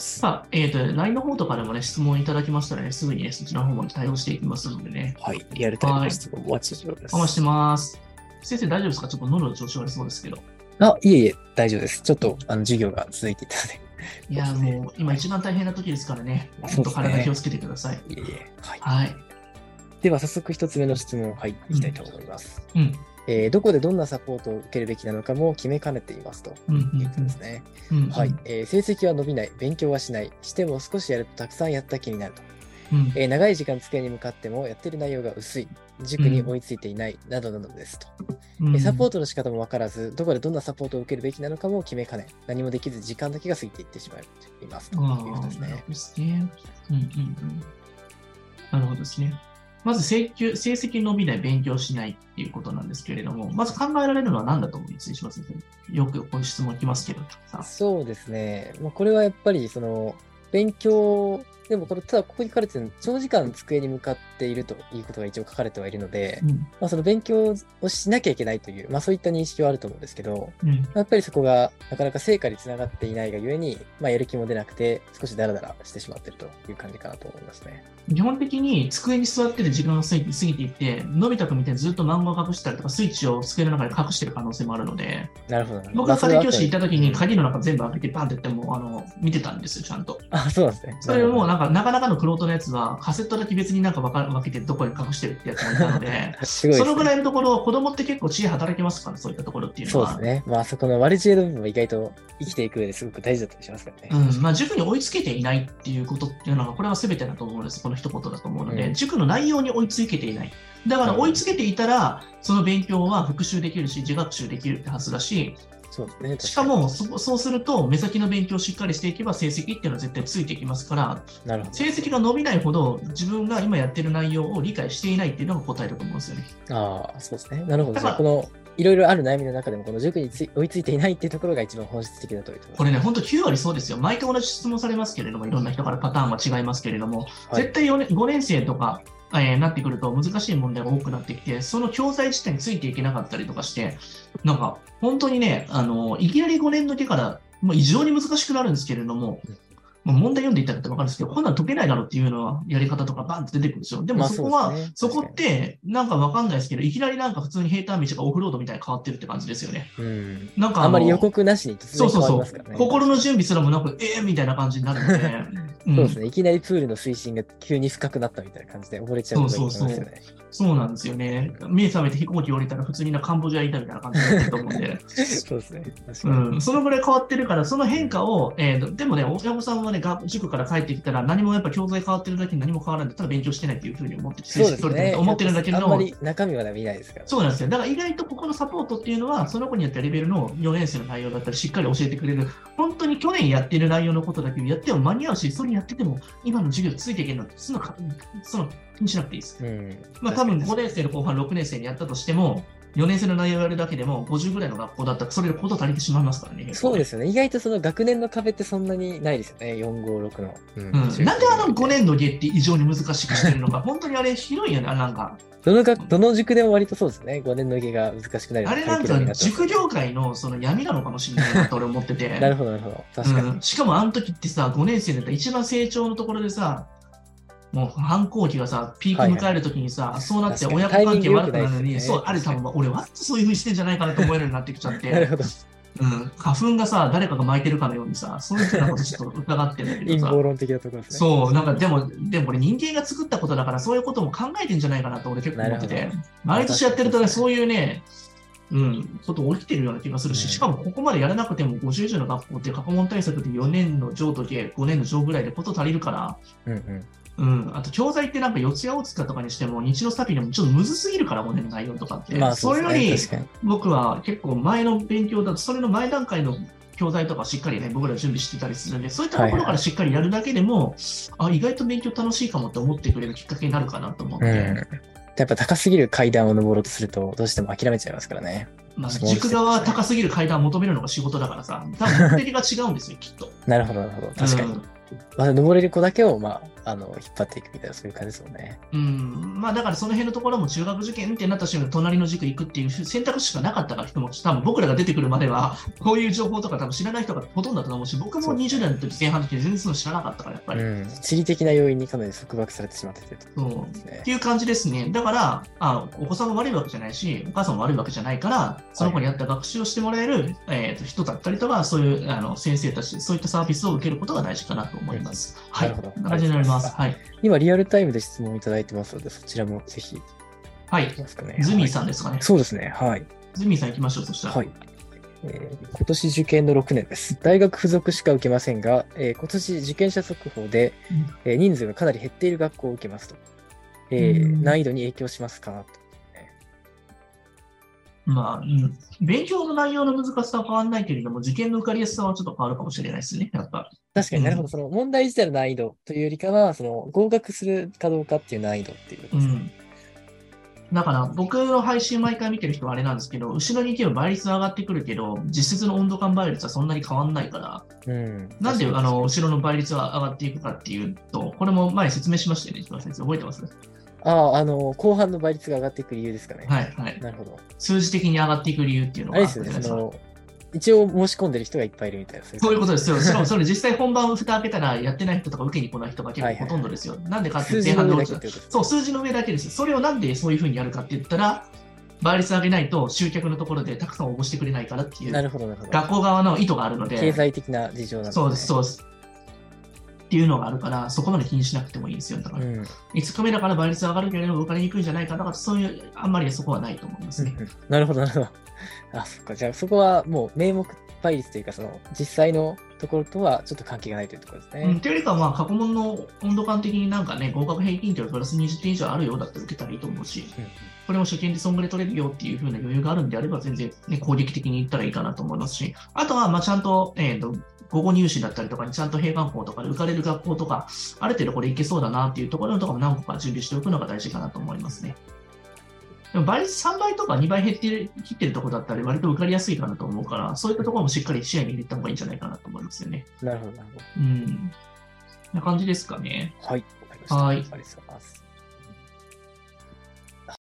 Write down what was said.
。 LINE の方とかでもね、質問いただきましたらね、すぐにね、そちらの方も対応していきますのでね。 はい。リアルタイムの質問お待ちしておりまお待ちしてす。 ます。先生大丈夫ですか？ちょっと喉の調子悪そうですけど。 いえいえ、大丈夫です。ちょっと、授業が続いていたので。 いや、 そうですね。 もう今一番大変な時ですからね。 はい本当体気をつけてください。 いえいえ。はい。 はい。 では、早速一つ目の質問、はい、いきたいと思います。 うん。 どこでどんなサポートを受けるべきなのかも決めかねていますということですね。はい。成績は伸びない、勉強はしない、しても少しやるとたくさんやった気になると。長い時間机に向かってもやってる内容が薄い、塾に追いついていない、などなどですと。サポートの仕方も分からず、どこでどんなサポートを受けるべきなのかも決めかね、何もできず時間だけが過ぎていってしまいますということですね。 なるほどですね。まず成績伸びない、勉強しないっていうことなんですけれども、まず考えられるのは何だと思います？します？よくこの質問来ますけどさ。 そうですね。これはやっぱり勉強、でもただここに書かれている長時間机に向かっているということが一応書かれてはいるので、その勉強をしなきゃいけないという、そういった認識はあると思うんですけど、やっぱりそこがなかなか成果につながっていないがゆえに、やる気も出なくて少しダラダラしてしまっているという感じかなと思いますね。 基本的に机に座ってる時間が過ぎていって、のび太くんみたいにずっと漫画を隠したりとか、スイッチを机の中で隠してる可能性もあるので、 なるほど。 僕が家庭教師行った時に鍵の中全部開けてバンってやっても見てたんですよ、ちゃんと。 そうなんですね。 それもなかなかの玄人のやつは、カセットだけ別に分けてどこに隠してるってやつもいたので、そのぐらいのところ、子供って結構知恵働きますから、そういったところっていうのは。 そうですね。そこの悪知恵の部分も意外と生きていく上ですごく大事だったりしますからね。 塾に追いつけていないっていうことっていうのが、これは全てだと思うんです。この一言だと思うので、塾の内容に追いつけていない。だから追いつけていたら、その勉強は復習できるし、自学習できるってはずだし、 そうですね、 しかもそうすると、目先の勉強をしっかりしていけば、成績っていうのは絶対ついてきますから、成績が伸びないほど、自分が今やってる内容を理解していないっていうのが答えだと思うんですよね。 そうですね。なるほど。じゃあ、このいろいろある悩みの中でも、この塾に追いついていないっていうところが一番本質的だというところ。 これね、本当9割そうですよ。毎回同じ質問されますけれども、いろんな人からパターンは違いますけれども、絶対5年生とか、なってくると難しい問題が多くなってきて、その教材自体についていけなかったりとかして、なんか本当にね、いきなり5年の時から、異常に難しくなるんですけれども、問題読んでいったらって分かるんですけど、こんなん解けないだろうっていうのはやり方とかバンって出てくるんですよ。でもそこってなんか分かんないですけど、いきなりなんか普通に平坦道がオフロードみたいに変わってるって感じですよね。 なんかあんまり予告なしに突然変わりますからね。 心の準備すらもなく、みたいな感じになるので。 そうですね。いきなりプールの水深が急に深くなったみたいな感じで溺れちゃうことがありますよね。 そうなんですよね。目覚めて飛行機降りたら普通にカンボジアいたみたいな感じになってると思うんで。 そうですね。 そのぐらい変わってるから、その変化を、でもね、親御さんはね、塾から帰ってきたら何もやっぱ教材変わってるだけに何も変わらないんだったら勉強してないっていうふうに思って思ってるんだけど、 あんまり中身は見ないですから、 そうなんですよ。だから意外とここのサポートっていうのは、その子によってレベルの4年生の内容だったり、しっかり教えてくれる。本当に去年やってる内容のことだけやっても間に合うし、それやってても今の授業ついていけるのって、その気にしなくていいです。多分5年生の後半6年生にやったとしても、4年生の内容をやるだけでも50ぐらいの学校だったらそれでこと足りてしまいますからね。 そうですよね。意外とその学年の壁ってそんなにないですよね。4、5、6の。 なんで5年の下って異常に難しくしてるのか、本当にあれ広いよね、なんか。 どの塾でも割とそうですね。5年の下が難しくなる。 あれなんか塾業界のその闇なのかもしれないなと俺思ってて。 なるほど、なるほど。確かに。 しかもあの時ってさ、5年生だったら一番成長のところでさ、もう反抗期がさ、ピーク迎えるときにさ、そうなって親子関係悪くなるのに、あれ多分俺はそういうふうにしてんじゃないかなと思えるようになってきちゃって。 なるほど。 花粉がさ、誰かが巻いてるかのようにさ、そういうふうなことちょっと伺ってるんだけどさ。 陰謀論的なところですね。 そう、なんかでもこれ人間が作ったことだから、そういうことも考えてんじゃないかなと俺結構思ってて。毎年やってるとね、そういうね、こと起きてるような気がするし、しかもここまでやらなくても50以上の学校って過去問対策で4年の上と5年の上ぐらいでこと足りるから、あと教材ってなんか四谷大塚とかにしても日露サピでもちょっとむずすぎるから5年の内容とかって、それより僕は結構前の勉強だとそれの前段階の教材とかしっかりね僕ら準備してたりするんで、そういったところからしっかりやるだけでも、意外と勉強楽しいかもって思ってくれるきっかけになるかなと思って、 やっぱ高すぎる階段を登ろうとするとどうしても諦めちゃいますからね。 塾側は高すぎる階段を求めるのが仕事だからさ、多分目的が違うんですよきっと。 なるほどなるほど、確かに。登れる子だけを引っ張っていくみたいな、そういう感じですもんね。 まあだからその辺のところも中学受験ってなった瞬間、隣の塾行くっていう選択肢しかなかったから人も、多分僕らが出てくるまでは、こういう情報とか多分知らない人がほとんどだと思うし、僕も20代の時前半の時全然その知らなかったから、やっぱり。 地理的な要因にかなり束縛されてしまってて、 そうっていう感じですね。だから、お子さんも悪いわけじゃないし、お母さんも悪いわけじゃないから、その子に合った学習をしてもらえる、人だったりとか、そういう先生たち、そういったサービスを受けることが大事かなと思います。はい。なるほど。こんな感じになります。はい。 今、リアルタイムで質問いただいてますので、そちらもぜひ。 はい。ズミーさんですかね。 そうですね。はい。 ズミーさん行きましょう、そしたら。 はい。今年受験の6年です。大学付属しか受けませんが、今年受験者速報で、人数がかなり減っている学校を受けますと。難易度に影響しますかと。 まあ、勉強の内容の難しさは変わらないけれども、受験の受かりやすさはちょっと変わるかもしれないですね、やっぱ。 確かになるほど、その問題自体の難易度というよりかは、その合格するかどうかっていう難易度っていうことですね。 だから、僕の配信毎回見てる人はあれなんですけど、後ろに行けば倍率は上がってくるけど、実質の温度感倍率はそんなに変わんないから、なんで後ろの倍率は上がっていくかっていうと、これも前説明しましたよね、石川先生、覚えてます？ 後半の倍率が上がっていく理由ですかね。 はいはい。 なるほど。 数字的に上がっていく理由っていうのがあれですよね、一応申し込んでる人がいっぱいいるみたいな。 そういうことですよ。しかもそれ実際本番を蓋開けたらやってない人とか受けに来ない人が結構ほとんどですよ。なんでかっていうと前半で落ちた。そう、数字の上だけですよ。それをなんでそういうふうにやるかって言ったら、倍率上げないと集客のところでたくさん応募してくれないからっていう、 なるほどなるほど。 学校側の意図があるので。 経済的な事情なんですね。 そうです、そうです。っていうのがあるから、そこまで気にしなくてもいいですよ。だから、5日目だから倍率上がるけれども、受かりにくいんじゃないか。だから、そういう、あんまりそこはないと思いますね。 なるほど、なるほど。そっか。じゃあ、そこはもう名目倍率というか、その、実際のところとはちょっと関係がないというところですね。 というよりかは、過去問の温度感的になんかね、合格平均点はプラス20点以上あるようだったら受けたらいいと思うし、これも初見でそんぐらい取れるよっていう風な余裕があるんであれば、全然、ね、攻撃的にいったらいいかなと思いますし、あとは、まあ、ちゃんと、午後入試だったりとかにちゃんと併願校とかで受かれる学校とか、ある程度これいけそうだなっていうところとかも何個か準備しておくのが大事かなと思いますね。でも倍率3倍とか2倍切ってるところだったら割と受かりやすいかなと思うから、そういったところもしっかり視野に入れた方がいいんじゃないかなと思いますよね。 なるほど、なるほど。 こんな感じですかね。 はい、わかりました。 はい。 ありがとうございます。